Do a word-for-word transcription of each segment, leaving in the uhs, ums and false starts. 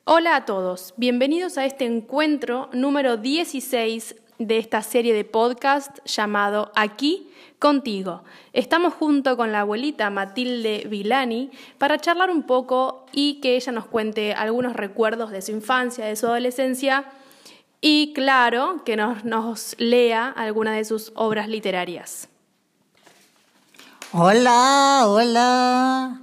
Hola a todos, bienvenidos a este encuentro número dieciséis de esta serie de podcast llamado Aquí Contigo. Estamos junto con la abuelita Matilde Vilani para charlar un poco y que ella nos cuente algunos recuerdos de su infancia, de su adolescencia y, claro, que nos, nos lea alguna de sus obras literarias. Hola, hola.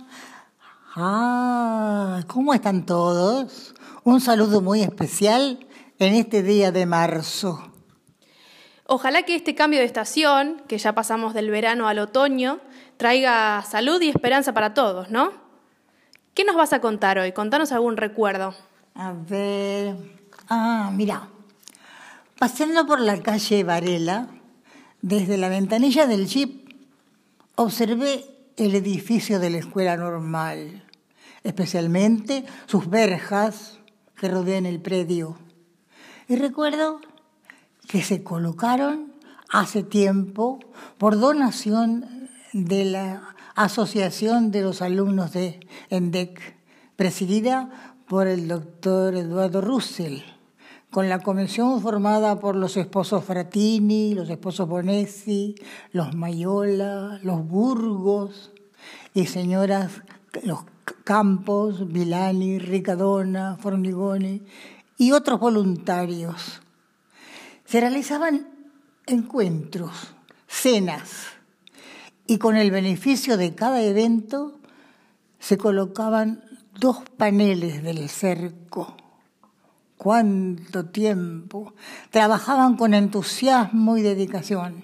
Ah, ¿cómo están todos? Un saludo muy especial en este día de marzo. Ojalá que este cambio de estación, que ya pasamos del verano al otoño, traiga salud y esperanza para todos, ¿no? ¿Qué nos vas a contar hoy? Contanos algún recuerdo. A ver... Ah, mira. Paseando por la calle Varela, desde la ventanilla del jeep, observé el edificio de la escuela normal, especialmente sus verjas que rodean el predio. Y recuerdo que se colocaron hace tiempo por donación de la Asociación de los Alumnos de ENDEC, presidida por el doctor Eduardo Russell, con la comisión formada por los esposos Fratini, los esposos Bonesi, los Mayola, los Burgos y señoras, los Campos, Vilani, Ricadona, Formigoni y otros voluntarios. Se realizaban encuentros, cenas, y con el beneficio de cada evento se colocaban dos paneles del cerco. ¡Cuánto tiempo! Trabajaban con entusiasmo y dedicación.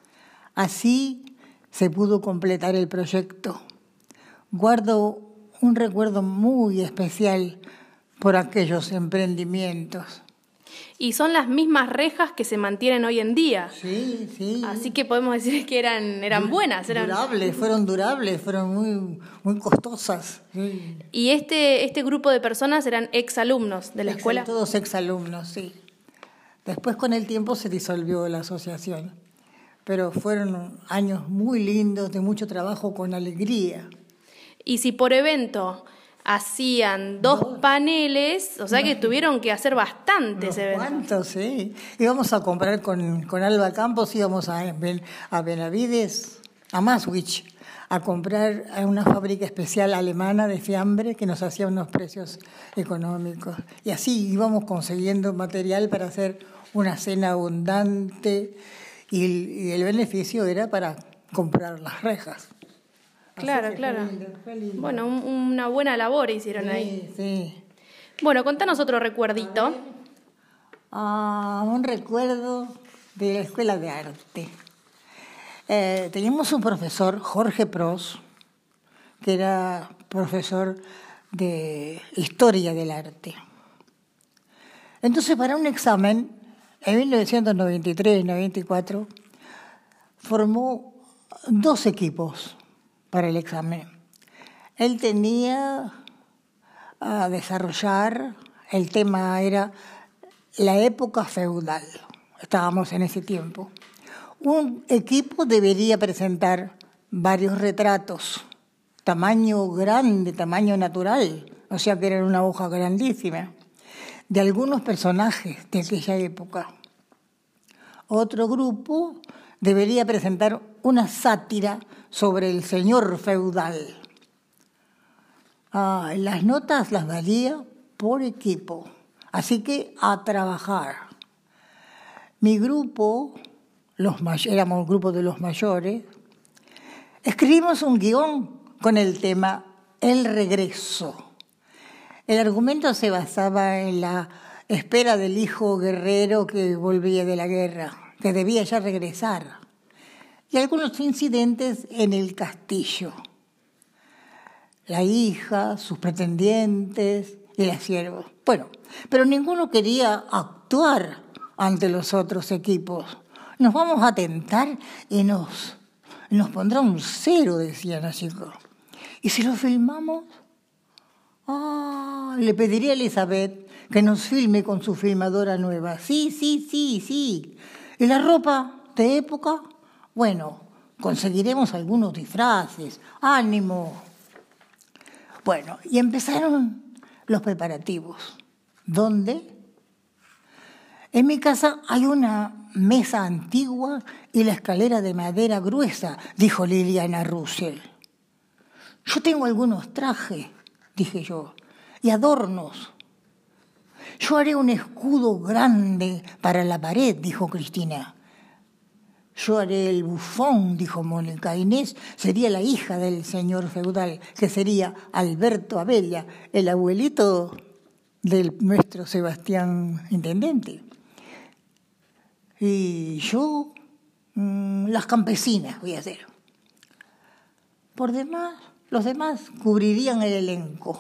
Así se pudo completar el proyecto. Guardo un recuerdo muy especial por aquellos emprendimientos. Y son las mismas rejas que se mantienen hoy en día. Sí, sí. Así que podemos decir que eran, eran buenas. Eran... Durables, fueron durables, fueron muy, muy costosas. Sí. Y este, este grupo de personas eran exalumnos de la Ex, escuela. Todos exalumnos, sí. Después con el tiempo se disolvió la asociación. Pero fueron años muy lindos, de mucho trabajo con alegría. Y si por evento hacían dos no. paneles, o sea que tuvieron que hacer bastantes eventos. ¿Cuántos? Sí. Íbamos a comprar con, con Alba Campos, íbamos a, a Benavides, a Maswich, a comprar a una fábrica especial alemana de fiambre que nos hacía unos precios económicos. Y así íbamos consiguiendo material para hacer una cena abundante y el, y el beneficio era para comprar las rejas. Claro, claro. Fue lindo, fue lindo. Bueno, un, una buena labor hicieron sí, ahí. Sí. Bueno, contanos otro recuerdito. Ah, un recuerdo de la escuela de arte. Eh, teníamos un profesor, Jorge Pros, que era profesor de historia del arte. Entonces, para un examen, en mil novecientos noventa y tres noventa y cuatro, formó dos equipos para el examen. Él tenía a desarrollar, el tema era la época feudal, estábamos en ese tiempo. Un equipo debería presentar varios retratos, tamaño grande, tamaño natural, o sea que eran una hoja grandísima, de algunos personajes de aquella época. Otro grupo debería presentar una sátira sobre el señor feudal. Ah, las notas las valía por equipo, así que a trabajar. Mi grupo, los may- éramos el grupo de los mayores, escribimos un guión con el tema El regreso. El argumento se basaba en la espera del hijo guerrero que volvía de la guerra, que debía ya regresar, y algunos incidentes en el castillo. La hija, sus pretendientes y la sierva. Bueno, pero ninguno quería actuar ante los otros equipos. Nos vamos a tentar y nos, nos pondrá un cero, decían los chicos. ¿Y si lo filmamos? Ah, le pediría a Elizabeth que nos filme con su filmadora nueva. Sí, sí, sí, sí. ¿Y la ropa de época? Bueno, conseguiremos algunos disfraces. ¡Ánimo! Bueno, y empezaron los preparativos. ¿Dónde? En mi casa hay una mesa antigua y la escalera de madera gruesa, dijo Liliana Russell. Yo tengo algunos trajes, dije yo, y adornos. Yo haré un escudo grande para la pared, dijo Cristina. Yo haré el bufón, dijo Mónica. Inés sería la hija del señor feudal, que sería Alberto Abella, el abuelito del nuestro Sebastián intendente. Y yo, mmm, las campesinas voy a hacer. Por demás, los demás cubrirían el elenco.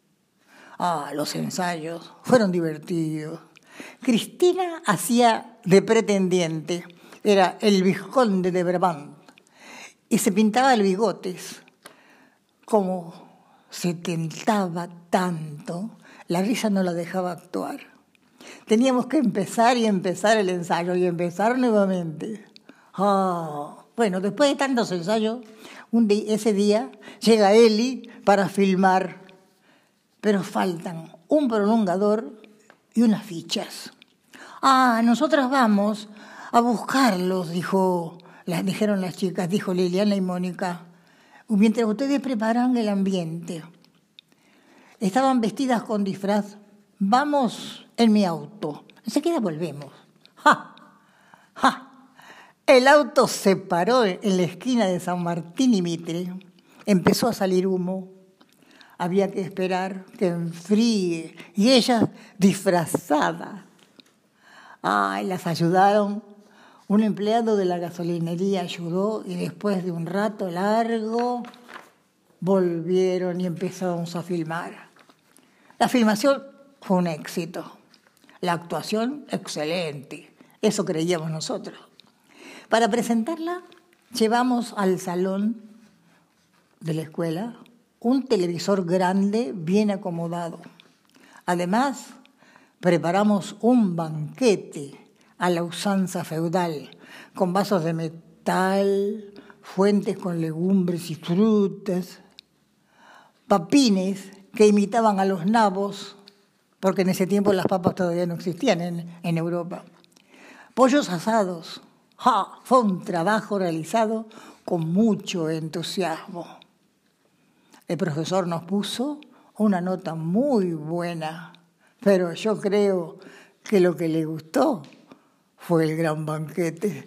Ah, los ensayos fueron divertidos. Cristina hacía de pretendiente, era el vizconde de Brabant, y se pintaba el bigotes. Como se tentaba tanto, la risa no la dejaba actuar. Teníamos que empezar y empezar el ensayo y empezar nuevamente. Ah, bueno, después de tantos ensayos, un día, ese día llega Eli para filmar, pero faltan un prolongador y unas fichas. Ah, nosotras vamos a buscarlos, dijo, las dijeron las chicas, dijo Liliana y Mónica, mientras ustedes preparan el ambiente. Estaban vestidas con disfraz. Vamos en mi auto. Enseguida volvemos. ¡Ja! ¡Ja! El auto se paró en la esquina de San Martín y Mitre. Empezó a salir humo. Había que esperar que enfríe. Y ellas disfrazadas. Ay, las ayudaron. Un empleado de la gasolinería ayudó y después de un rato largo volvieron y empezamos a filmar. La filmación fue un éxito. La actuación, excelente. Eso creíamos nosotros. Para presentarla, llevamos al salón de la escuela un televisor grande, bien acomodado. Además, preparamos un banquete a la usanza feudal, con vasos de metal, fuentes con legumbres y frutas, papines que imitaban a los nabos, porque en ese tiempo las papas todavía no existían en, en Europa. Pollos asados. ¡Ja! Fue un trabajo realizado con mucho entusiasmo. El profesor nos puso una nota muy buena, pero yo creo que lo que le gustó fue el gran banquete.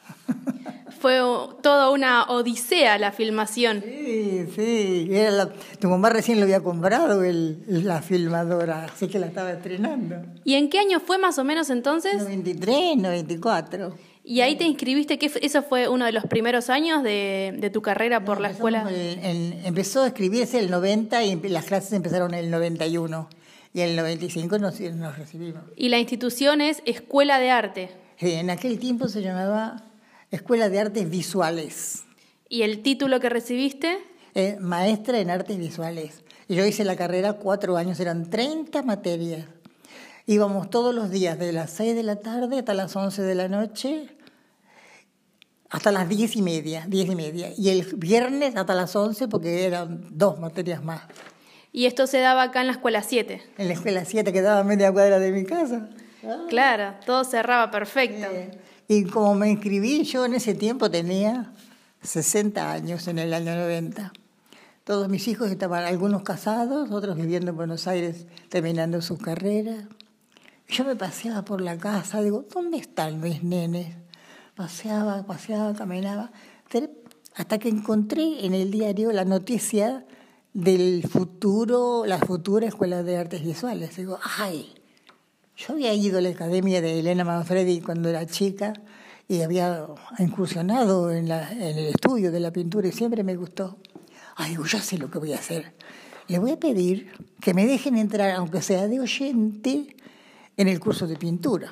Fue toda una odisea la filmación. Sí, sí. Era la, tu mamá recién lo había comprado, el, la filmadora, así que la estaba estrenando. ¿Y en qué año fue más o menos entonces? noventa y tres, noventa y cuatro. ¿Y ahí te inscribiste? ¿Qué, ¿Eso fue uno de los primeros años de, de tu carrera por no, la escuela? El, el, empezó a escribirse el noventa y las clases empezaron en el noventa y uno. Y en el noventa y cinco nos, nos recibimos. Y la institución es Escuela de Arte. Sí, en aquel tiempo se llamaba Escuela de Artes Visuales. ¿Y el título que recibiste? Eh, maestra en Artes Visuales. Y yo hice la carrera cuatro años, eran treinta materias. Íbamos todos los días, de las seis de la tarde hasta las once de la noche, hasta las diez y media, diez y media. Y el viernes hasta las once, porque eran dos materias más. ¿Y esto se daba acá en la Escuela siete? En la Escuela siete, que daba a media cuadra de mi casa. Ah. Claro, todo cerraba perfecto. Eh, y como me inscribí, yo en ese tiempo tenía sesenta años, en el año noventa. Todos mis hijos estaban, algunos casados, otros viviendo en Buenos Aires, terminando sus carreras. Yo me paseaba por la casa, digo, ¿dónde están mis nenes? Paseaba, paseaba, caminaba, hasta que encontré en el diario la noticia del futuro, la futura Escuela de Artes Visuales. Digo, ¡ay! Yo había ido a la academia de Elena Manfredi cuando era chica y había incursionado en, la, en el estudio de la pintura y siempre me gustó. Ay, digo, ya sé lo que voy a hacer. Le voy a pedir que me dejen entrar, aunque sea de oyente, en el curso de pintura.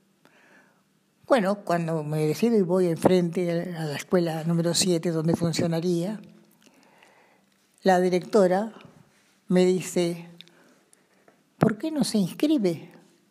Bueno, cuando me decido y voy enfrente a la escuela número siete, donde funcionaría, la directora me dice, ¿por qué no se inscribe?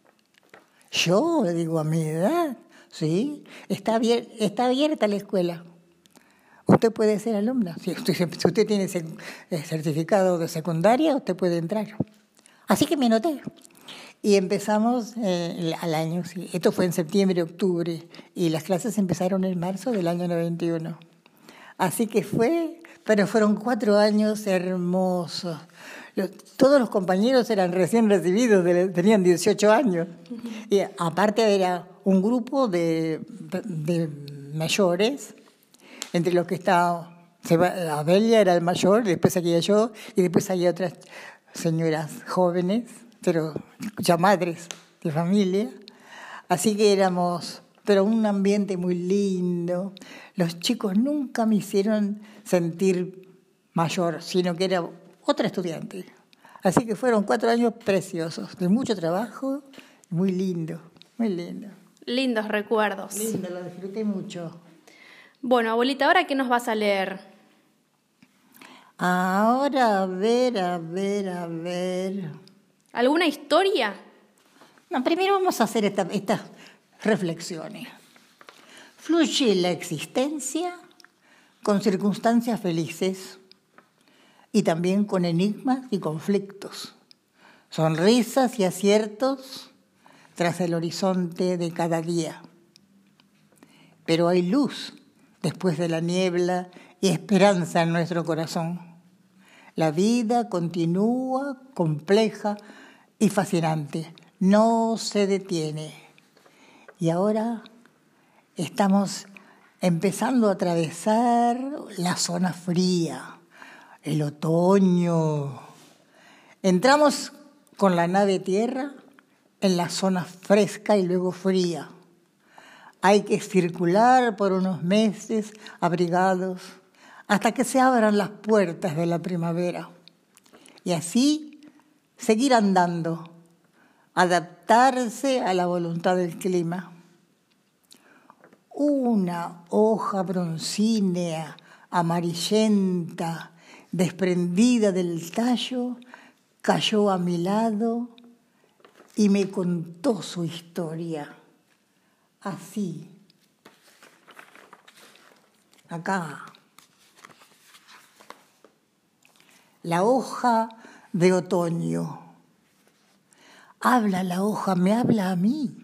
Yo, le digo, a mi edad, sí, está, abier- está abierta la escuela. Usted puede ser alumna. Si usted, si usted tiene certificado de secundaria, usted puede entrar. Así que me anoté. Y empezamos eh, al año, sí. Esto fue en septiembre, octubre, y las clases empezaron en marzo del año noventa y uno. Así que fue, pero fueron cuatro años hermosos. Los, todos los compañeros eran recién recibidos, de, tenían dieciocho años. Y aparte era un grupo de, de mayores, entre los que estaba Abelia era el mayor, después seguía yo, y después había otras señoras jóvenes, pero ya madres de familia. Así que éramos, pero un ambiente muy lindo. Los chicos nunca me hicieron sentir mayor, sino que era otra estudiante. Así que fueron cuatro años preciosos, de mucho trabajo, muy lindo, muy lindo. Lindos recuerdos. Lindo, lo disfruté mucho. Bueno, abuelita, ¿ahora qué nos vas a leer? Ahora, a ver, a ver, a ver. ¿Alguna historia? No, primero vamos a hacer esta, estas reflexiones. Fluye la existencia con circunstancias felices y también con enigmas y conflictos, sonrisas y aciertos tras el horizonte de cada día. Pero hay luz después de la niebla y esperanza en nuestro corazón. La vida continúa compleja y fascinante, no se detiene. Y ahora estamos empezando a atravesar la zona fría, el otoño. Entramos con la nave tierra en la zona fresca y luego fría. Hay que circular por unos meses abrigados hasta que se abran las puertas de la primavera. Y así seguir andando, adaptarse a la voluntad del clima. Una hoja broncínea, amarillenta, desprendida del tallo, cayó a mi lado y me contó su historia. Así, acá. La hoja de otoño. Habla la hoja, me habla a mí.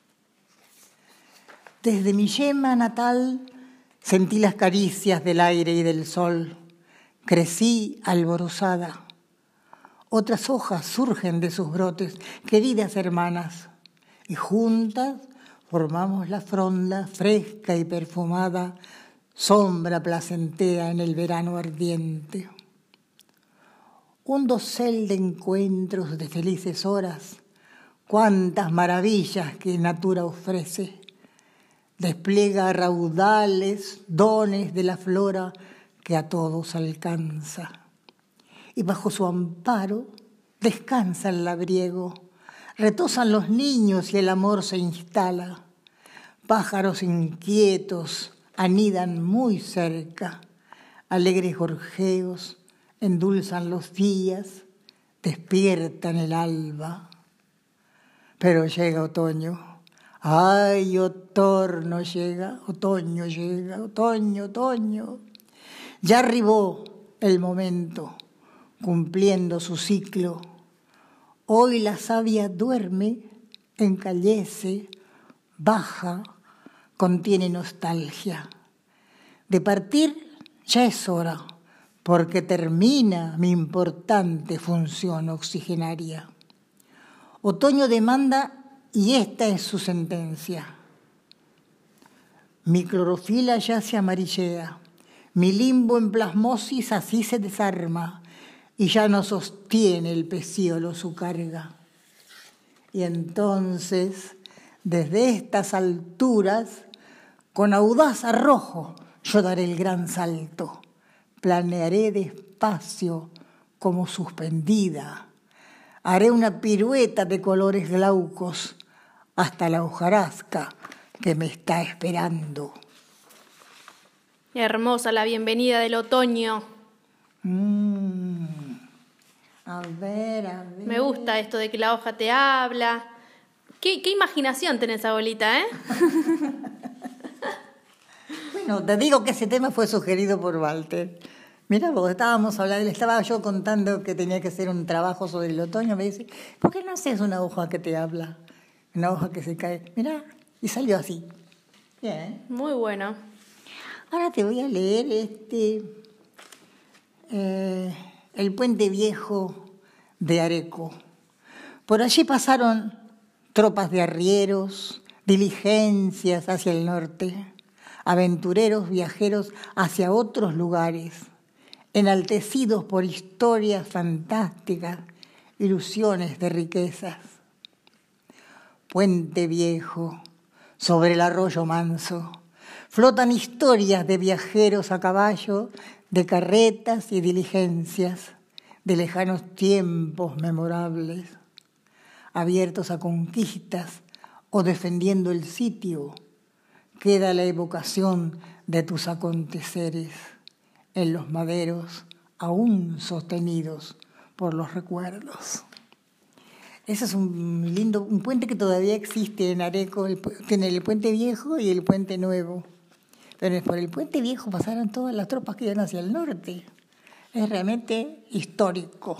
Desde mi yema natal sentí las caricias del aire y del sol. Crecí alborozada. Otras hojas surgen de sus brotes, queridas hermanas, y juntas formamos la fronda fresca y perfumada, sombra placentera en el verano ardiente. Un dosel de encuentros de felices horas, cuántas maravillas que natura ofrece. Despliega raudales, dones de la flora que a todos alcanza. Y bajo su amparo descansa el labriego, retozan los niños y el amor se instala. Pájaros inquietos anidan muy cerca, alegres gorjeos endulzan los días, despiertan el alba. Pero llega otoño. Ay, otoño llega, otoño llega, otoño, otoño. Ya arribó el momento, cumpliendo su ciclo. Hoy la savia duerme, encallece, baja, contiene nostalgia. De partir ya es hora, porque termina mi importante función oxigenaria. Otoño demanda, y esta es su sentencia. Mi clorofila ya se amarillea, mi limbo en plasmosis así se desarma, y ya no sostiene el pecíolo su carga. Y entonces, desde estas alturas, con audaz arrojo, yo daré el gran salto. Planearé despacio como suspendida. Haré una pirueta de colores glaucos hasta la hojarasca que me está esperando. Hermosa la bienvenida del otoño. Mm. A ver, a ver. Me gusta esto de que la hoja te habla. ¿Qué, qué imaginación tenés, abuelita, eh? Bueno, te digo que ese tema fue sugerido por Walter. Mirá vos, estábamos hablando, le estaba yo contando que tenía que hacer un trabajo sobre el otoño, me dice, ¿por qué no haces una hoja que te habla? Una hoja que se cae. Mirá, y salió así. Bien. Muy bueno. Ahora te voy a leer este eh, El Puente Viejo de Areco. Por allí pasaron tropas de arrieros, diligencias hacia el norte, aventureros viajeros hacia otros lugares, enaltecidos por historias fantásticas, ilusiones de riquezas. Puente Viejo, sobre el arroyo manso, flotan historias de viajeros a caballo, de carretas y diligencias, de lejanos tiempos memorables, abiertos a conquistas o defendiendo el sitio. Queda la evocación de tus aconteceres en los maderos aún sostenidos por los recuerdos. Ese es un lindo, un puente que todavía existe en Areco, el, tiene el Puente Viejo y el Puente Nuevo. Pero por el Puente Viejo pasaron todas las tropas que iban hacia el norte. Es realmente histórico.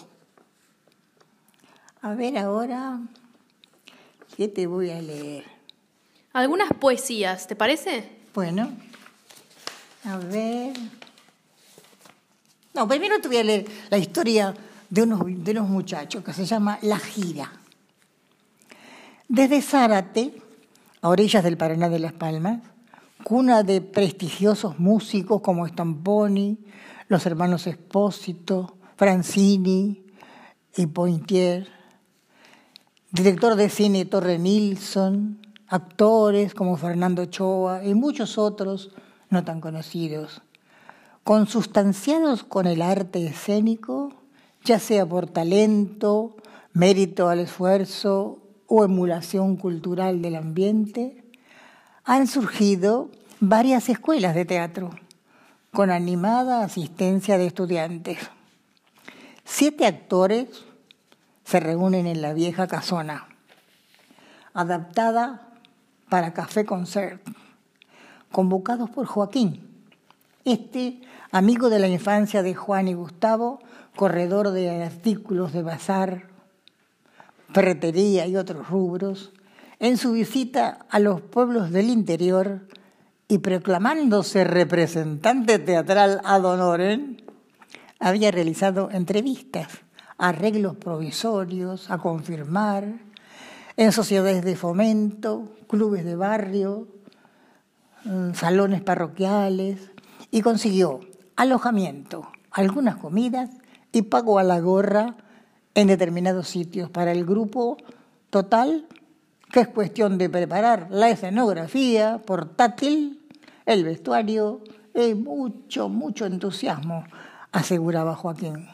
A ver ahora, ¿qué te voy a leer? Algunas poesías, ¿te parece? Bueno, a ver. No, primero te voy a leer la historia de unos, de unos muchachos que se llama La Gira. Desde Zárate, a orillas del Paraná de Las Palmas, cuna de prestigiosos músicos como Stamponi, los hermanos Espósito, Francini y Pointier, director de cine Torre Nilsson, actores como Fernando Ochoa y muchos otros no tan conocidos, consustanciados con el arte escénico, ya sea por talento, mérito al esfuerzo o emulación cultural del ambiente, han surgido varias escuelas de teatro con animada asistencia de estudiantes. Siete actores se reúnen en la vieja casona, adaptada para Café Concert, convocados por Joaquín, este amigo de la infancia de Juan y Gustavo, corredor de artículos de bazar, ferretería y otros rubros, en su visita a los pueblos del interior y proclamándose representante teatral ad honorem, había realizado entrevistas, arreglos provisorios a confirmar, en sociedades de fomento, clubes de barrio, salones parroquiales, y consiguió alojamiento, algunas comidas y pago a la gorra en determinados sitios para el grupo total, que es cuestión de preparar la escenografía portátil, el vestuario y mucho, mucho entusiasmo, aseguraba Joaquín.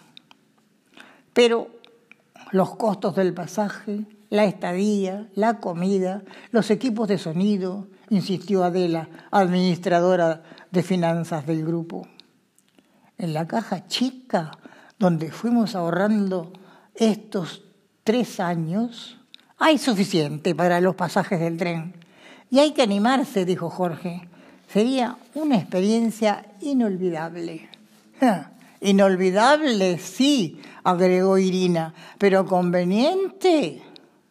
Pero los costos del pasaje, la estadía, la comida, los equipos de sonido, insistió Adela, administradora de finanzas del grupo. En la caja chica, donde fuimos ahorrando estos tres años, hay suficiente para los pasajes del tren. Y hay que animarse, dijo Jorge. Sería una experiencia inolvidable. Inolvidable, sí, agregó Irina, pero conveniente.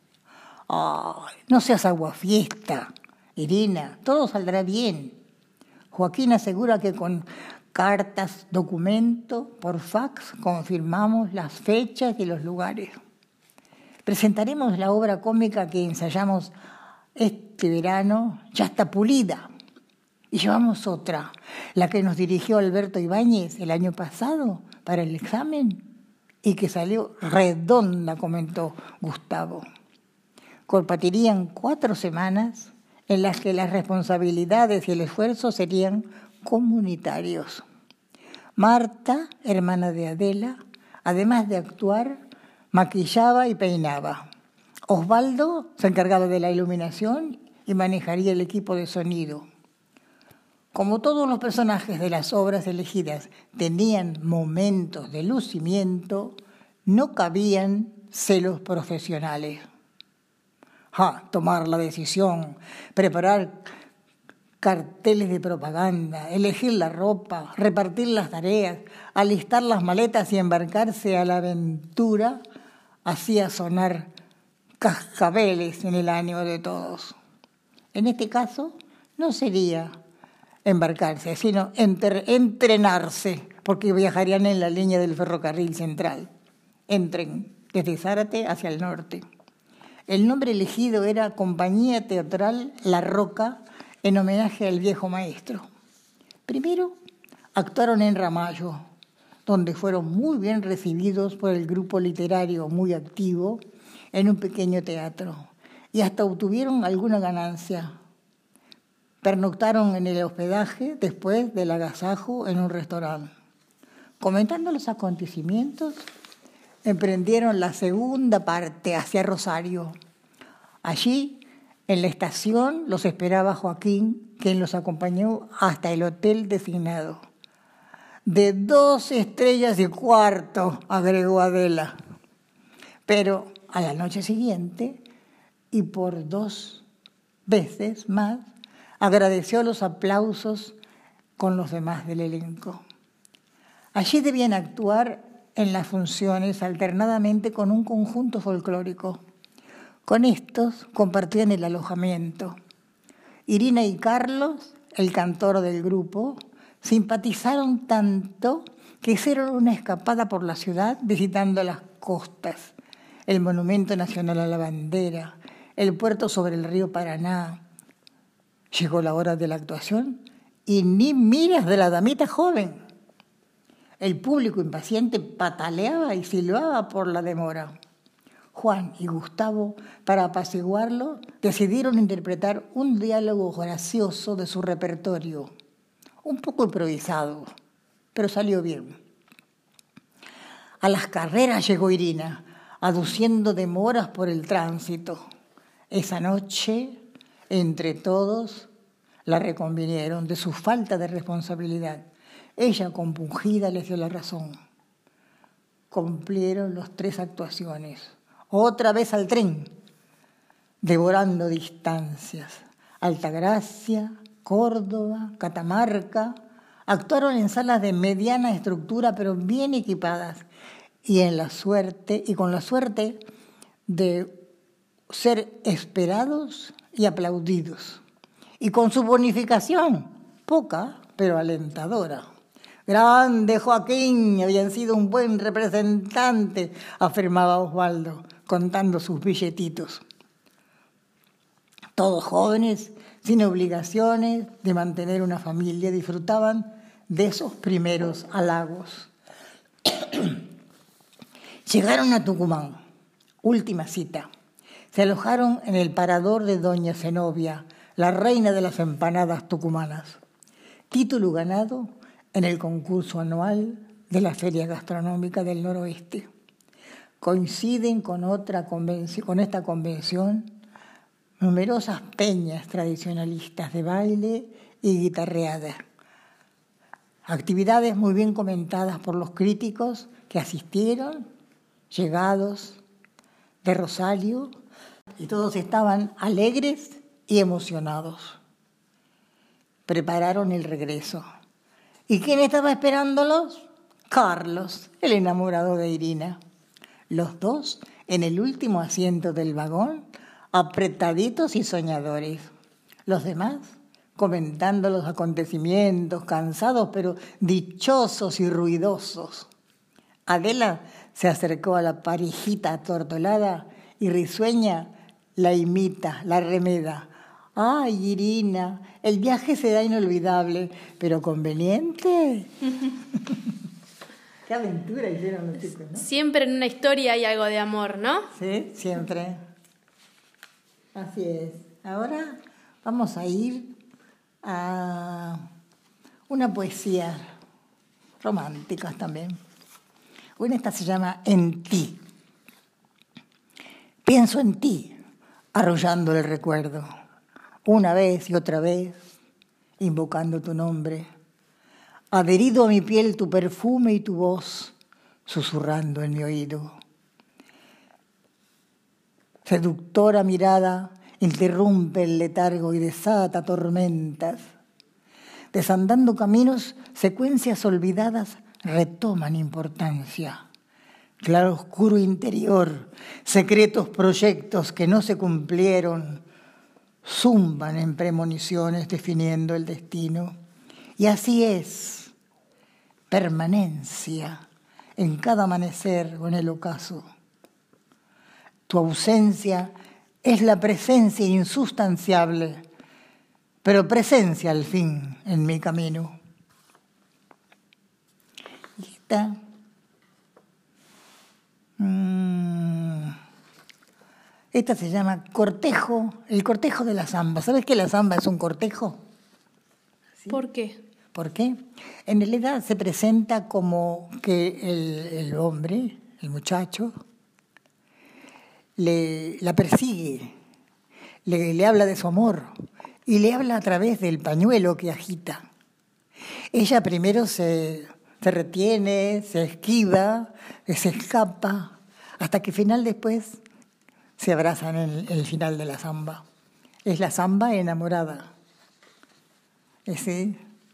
Ay, no seas aguafiesta, Irina, todo saldrá bien. Joaquín asegura que con cartas, documento, por fax, confirmamos las fechas y los lugares. Presentaremos la obra cómica que ensayamos este verano, ya está pulida. Y llevamos otra, la que nos dirigió Alberto Ibáñez el año pasado para el examen y que salió redonda, comentó Gustavo. Compartirían cuatro semanas en las que las responsabilidades y el esfuerzo serían comunitarios. Marta, hermana de Adela, además de actuar, maquillaba y peinaba. Osvaldo se encargaba de la iluminación y manejaría el equipo de sonido. Como todos los personajes de las obras elegidas tenían momentos de lucimiento, no cabían celos profesionales. Ah, tomar la decisión, preparar carteles de propaganda, elegir la ropa, repartir las tareas, alistar las maletas y embarcarse a la aventura hacía sonar cascabeles en el ánimo de todos. En este caso, no sería embarcarse, sino entre, entrenarse, porque viajarían en la línea del ferrocarril central, en tren, desde Zárate hacia el norte. El nombre elegido era Compañía Teatral La Roca, en homenaje al viejo maestro. Primero actuaron en Ramallo, donde fueron muy bien recibidos por el grupo literario muy activo en un pequeño teatro y hasta obtuvieron alguna ganancia. Pernoctaron en el hospedaje después del agasajo en un restaurante. Comentando los acontecimientos, emprendieron la segunda parte hacia Rosario. Allí, en la estación, los esperaba Joaquín, quien los acompañó hasta el hotel designado. De dos estrellas y cuarto, agregó Adela. Pero a la noche siguiente, y por dos veces más, agradeció los aplausos con los demás del elenco. Allí debían actuar en las funciones alternadamente con un conjunto folclórico. Con estos compartían el alojamiento. Irina y Carlos, el cantor del grupo, simpatizaron tanto que hicieron una escapada por la ciudad visitando las costas, el Monumento Nacional a la Bandera, el puerto sobre el río Paraná. Llegó la hora de la actuación y ni miras de la damita joven. El público impaciente pataleaba y silbaba por la demora. Juan y Gustavo, para apaciguarlo, decidieron interpretar un diálogo gracioso de su repertorio, un poco improvisado, pero salió bien. A las carreras llegó Irina, aduciendo demoras por el tránsito. Esa noche, entre todos, la reconvinieron de su falta de responsabilidad. Ella, compungida, les dio la razón. Cumplieron las tres actuaciones. Otra vez al tren, devorando distancias. Altagracia, Córdoba, Catamarca. Actuaron en salas de mediana estructura, pero bien equipadas. Y en la suerte, y con la suerte de ser esperados y aplaudidos. Y con su bonificación, poca, pero alentadora. Grande Joaquín, habían sido un buen representante, afirmaba Osvaldo, contando sus billetitos. Todos jóvenes, sin obligaciones de mantener una familia, disfrutaban de esos primeros halagos. Llegaron a Tucumán, última cita. Se alojaron en el parador de Doña Zenobia, la reina de las empanadas tucumanas. Título ganado en el concurso anual de la Feria Gastronómica del Noroeste. Coinciden con, otra convención, con esta convención numerosas peñas tradicionalistas de baile y guitarreada. Actividades muy bien comentadas por los críticos que asistieron, llegados de Rosario, y todos estaban alegres y emocionados. Prepararon el regreso. ¿Y quién estaba esperándolos? Carlos, el enamorado de Irina. Los dos en el último asiento del vagón, apretaditos y soñadores. Los demás comentando los acontecimientos, cansados pero dichosos y ruidosos. Adela se acercó a la parejita atortolada y risueña la imita, la remeda. ¡Ay, Irina! El viaje será inolvidable, pero conveniente. Qué aventura hicieron los chicos, ¿no? Siempre en una historia hay algo de amor, ¿no? Sí, siempre. Así es. Ahora vamos a ir a una poesía romántica también. Una esta se llama En ti. Pienso en ti, arrollando el recuerdo, una vez y otra vez, invocando tu nombre. Adherido a mi piel tu perfume y tu voz, susurrando en mi oído. Seductora mirada interrumpe el letargo y desata tormentas. Desandando caminos, secuencias olvidadas retoman importancia. Claroscuro interior, secretos proyectos que no se cumplieron, zumban en premoniciones definiendo el destino. Y así es, permanencia en cada amanecer o en el ocaso. Tu ausencia es la presencia insustanciable, pero presencia al fin en mi camino. Y esta, mmm, esta se llama cortejo, el cortejo de la zamba. ¿Sabes que la zamba es un cortejo? ¿Sí? ¿Por qué? ¿Por qué? En realidad se presenta como que el, el hombre, el muchacho, le, la persigue, le, le habla de su amor y le habla a través del pañuelo que agita. Ella primero se, se retiene, se esquiva, se escapa, hasta que final después se abrazan en el, en el final de la zamba. Es la zamba enamorada. Ese,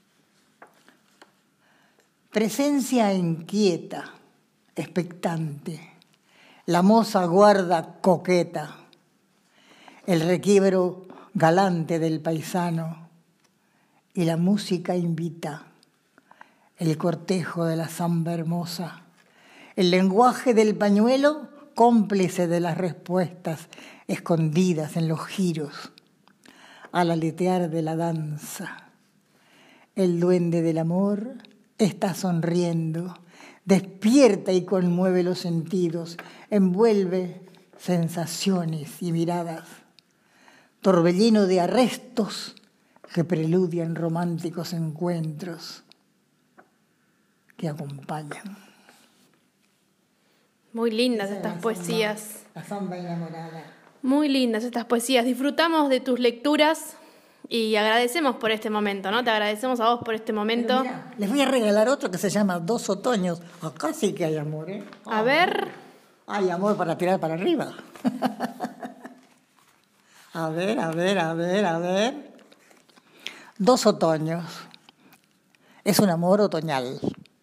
presencia inquieta, expectante. La moza guarda coqueta, el requiebro galante del paisano y la música invita, el cortejo de la zamba hermosa, el lenguaje del pañuelo cómplice de las respuestas escondidas en los giros, al aletear de la danza. El duende del amor está sonriendo, despierta y conmueve los sentidos, envuelve sensaciones y miradas, torbellino de arrestos que preludian románticos encuentros que acompañan. Muy lindas estas la poesías. Zamba, la zamba enamorada. Muy lindas estas poesías. Disfrutamos de tus lecturas y agradecemos por este momento, ¿no? Te agradecemos a vos por este momento. Mirá, les voy a regalar otro que se llama Dos Otoños. Acá sí que hay amor, ¿eh? A oh, ver. Hay amor para tirar para arriba. A ver, a ver, a ver, a ver. Dos otoños. Es un amor otoñal.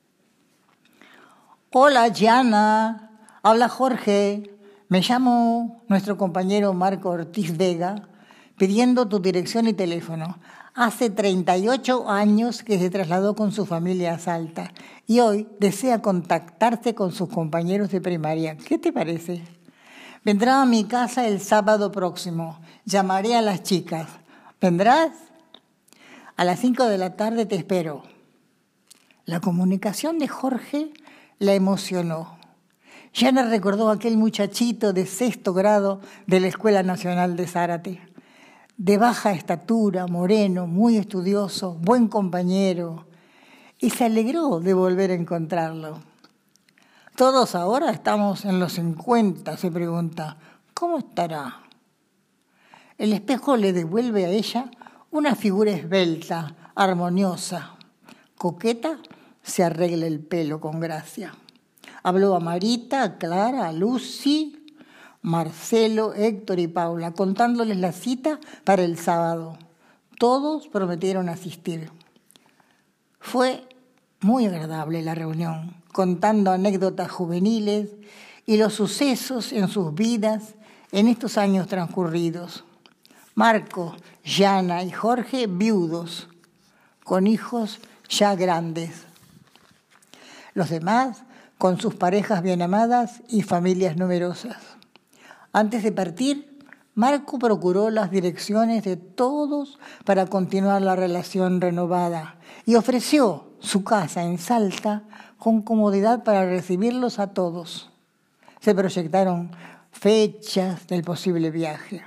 Hola, Yana. Habla Jorge. Me llamo nuestro compañero Marco Ortiz Vega, pidiendo tu dirección y teléfono. Hace treinta y ocho años que se trasladó con su familia a Salta y hoy desea contactarse con sus compañeros de primaria. ¿Qué te parece? Vendrá a mi casa el sábado próximo. Llamaré a las chicas. ¿Vendrás? A las cinco de la tarde te espero. La comunicación de Jorge la emocionó. Yana recordó a aquel muchachito de sexto grado de la Escuela Nacional de Zárate. De baja estatura, moreno, muy estudioso, buen compañero. Y se alegró de volver a encontrarlo. Todos ahora estamos en los cincuenta, se pregunta, ¿cómo estará? El espejo le devuelve a ella una figura esbelta, armoniosa. Coqueta, se arregla el pelo con gracia. Habló a Marita, a Clara, a Lucy, Marcelo, Héctor y Paula, contándoles la cita para el sábado. Todos prometieron asistir. Fue muy agradable la reunión, contando anécdotas juveniles y los sucesos en sus vidas en estos años transcurridos. Marco, Yana y Jorge viudos, con hijos ya grandes. Los demás con sus parejas bien amadas y familias numerosas. Antes de partir, Marco procuró las direcciones de todos para continuar la relación renovada y ofreció su casa en Salta con comodidad para recibirlos a todos. Se proyectaron fechas del posible viaje.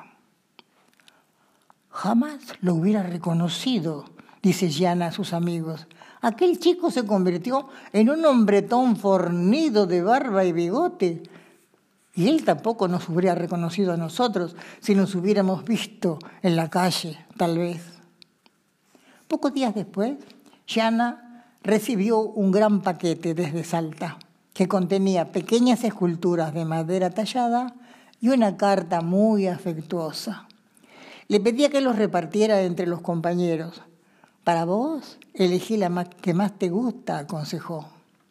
Jamás lo hubiera reconocido, dice Yana a sus amigos. Aquel chico se convirtió en un hombretón fornido de barba y bigote. Y él tampoco nos hubiera reconocido a nosotros si nos hubiéramos visto en la calle, tal vez. Pocos días después, Yana recibió un gran paquete desde Salta, que contenía pequeñas esculturas de madera tallada y una carta muy afectuosa. Le pedía que los repartiera entre los compañeros. Para vos, elegí la más, que más te gusta, aconsejó.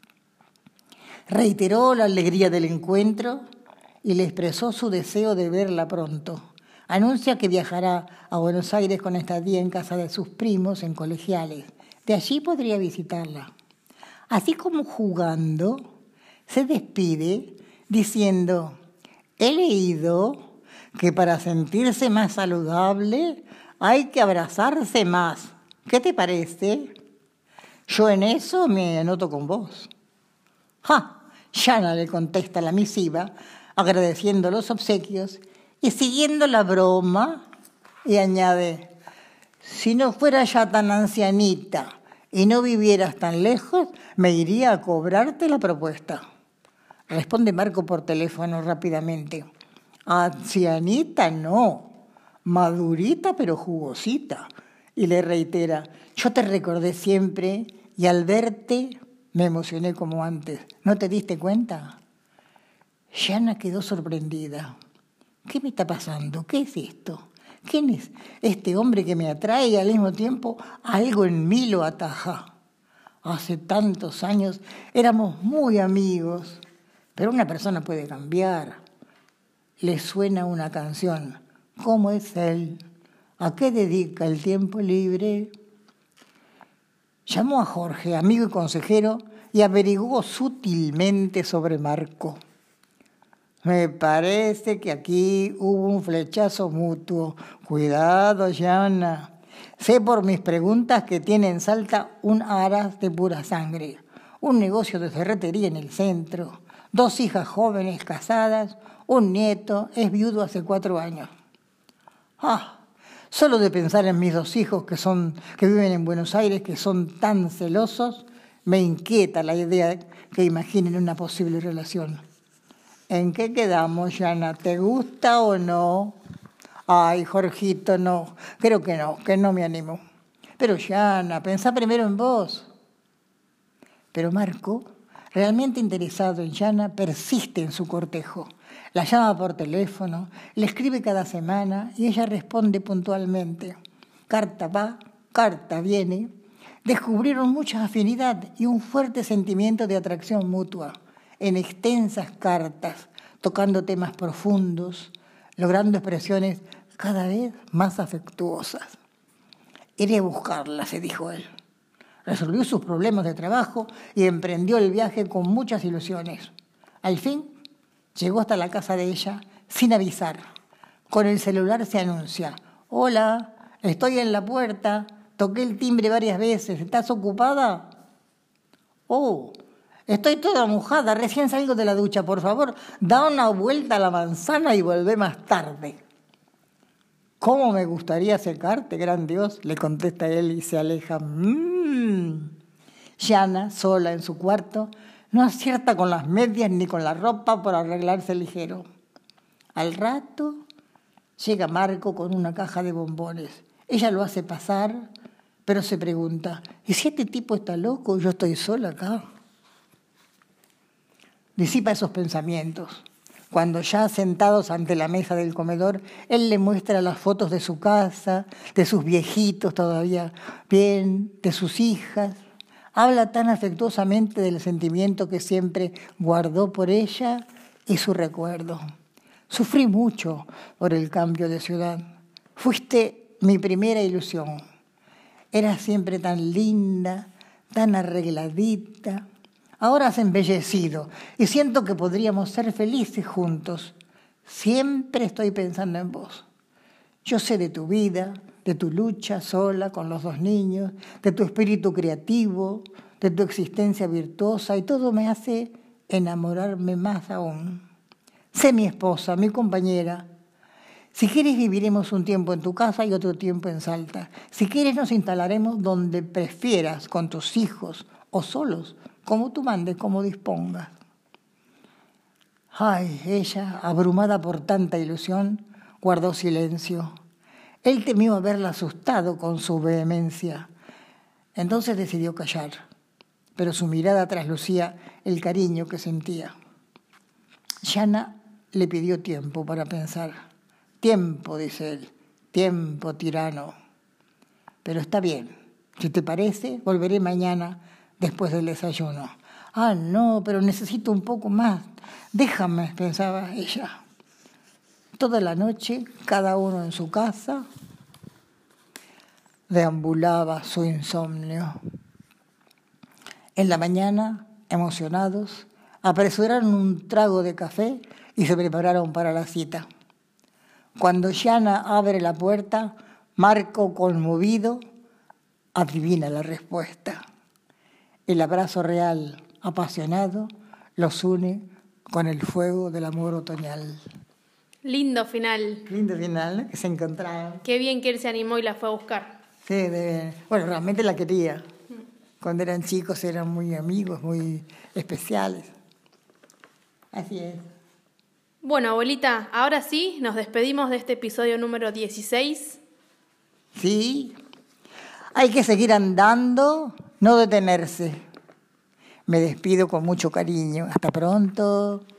Reiteró la alegría del encuentro y le expresó su deseo de verla pronto. Anuncia que viajará a Buenos Aires con estadía en casa de sus primos en Colegiales. De allí podría visitarla. Así como jugando, se despide diciendo: he leído que para sentirse más saludable hay que abrazarse más. ¿Qué te parece? Yo en eso me anoto con vos. ¡Ja! Yana le contesta la misiva, agradeciendo los obsequios y siguiendo la broma, y añade: si no fuera ya tan ancianita y no vivieras tan lejos, me iría a cobrarte la propuesta. Responde Marco por teléfono rápidamente: ancianita no, madurita pero jugosita. Y le reitera: yo te recordé siempre y al verte me emocioné como antes. ¿No te diste cuenta? Yana quedó sorprendida. ¿Qué me está pasando? ¿Qué es esto? ¿Quién es este hombre que me atrae y al mismo tiempo algo en mí lo ataja? Hace tantos años éramos muy amigos, pero una persona puede cambiar. Le suena una canción. ¿Cómo es él? ¿A qué dedica el tiempo libre? Llamó a Jorge, amigo y consejero, y averiguó sutilmente sobre Marco. Me parece que aquí hubo un flechazo mutuo. Cuidado, Yana. Sé por mis preguntas que tiene en Salta un aras de pura sangre, un negocio de ferretería en el centro, dos hijas jóvenes casadas, un nieto, es viudo hace cuatro años. Ah, solo de pensar en mis dos hijos que, son, que viven en Buenos Aires, que son tan celosos, me inquieta la idea de que imaginen una posible relación. ¿En qué quedamos, Yana? ¿Te gusta o no? Ay, Jorgito, no. Creo que no, que no me animo. Pero, Yana, pensá primero en vos. Pero Marco, realmente interesado en Yana, persiste en su cortejo. La llama por teléfono, le escribe cada semana y ella responde puntualmente. Carta va, carta viene. Descubrieron mucha afinidad y un fuerte sentimiento de atracción mutua en extensas cartas, tocando temas profundos, logrando expresiones cada vez más afectuosas. Iré a buscarla, se dijo él. Resolvió sus problemas de trabajo y emprendió el viaje con muchas ilusiones. Al fin, llegó hasta la casa de ella sin avisar. Con el celular se anuncia: hola, estoy en la puerta, toqué el timbre varias veces, ¿estás ocupada? Oh, estoy toda mojada, recién salgo de la ducha, por favor, da una vuelta a la manzana y volvé más tarde. ¿Cómo me gustaría secarte, gran Dios?, le contesta él y se aleja. Mmm. Yana, sola en su cuarto, no acierta con las medias ni con la ropa por arreglarse ligero. Al rato llega Marco con una caja de bombones. Ella lo hace pasar, pero se pregunta: ¿y si este tipo está loco y yo estoy sola acá? Disipa esos pensamientos. Cuando ya sentados ante la mesa del comedor, él le muestra las fotos de su casa, de sus viejitos todavía bien, de sus hijas. Habla tan afectuosamente del sentimiento que siempre guardó por ella y su recuerdo. Sufrí mucho por el cambio de ciudad. Fuiste mi primera ilusión. Eras siempre tan linda, tan arregladita. Ahora has embellecido y siento que podríamos ser felices juntos. Siempre estoy pensando en vos. Yo sé de tu vida, de tu lucha sola con los dos niños, de tu espíritu creativo, de tu existencia virtuosa, y todo me hace enamorarme más aún. Sé mi esposa, mi compañera. Si quieres viviremos un tiempo en tu casa y otro tiempo en Salta. Si quieres nos instalaremos donde prefieras, con tus hijos o solos, como tú mandes, como dispongas. Ay, ella, abrumada por tanta ilusión, guardó silencio. Él temió haberla asustado con su vehemencia. Entonces decidió callar, pero su mirada traslucía el cariño que sentía. Yana le pidió tiempo para pensar. Tiempo, dice él, tiempo tirano. Pero está bien. Si te parece, volveré mañana después del desayuno. Ah, no, pero necesito un poco más. Déjame, pensaba ella. Toda la noche, cada uno en su casa, deambulaba su insomnio. En la mañana, emocionados, apresuraron un trago de café y se prepararon para la cita. Cuando Yana abre la puerta, Marco, conmovido, adivina la respuesta. El abrazo real, apasionado, los une con el fuego del amor otoñal. Lindo final. Lindo final, ¿no? Que se encontraron. Qué bien que él se animó y la fue a buscar. Sí, de, bueno, realmente la quería. Cuando eran chicos eran muy amigos, muy especiales. Así es. Bueno, abuelita, ahora sí, nos despedimos de este episodio número dieciséis. Sí, hay que seguir andando, no detenerse. Me despido con mucho cariño. Hasta pronto.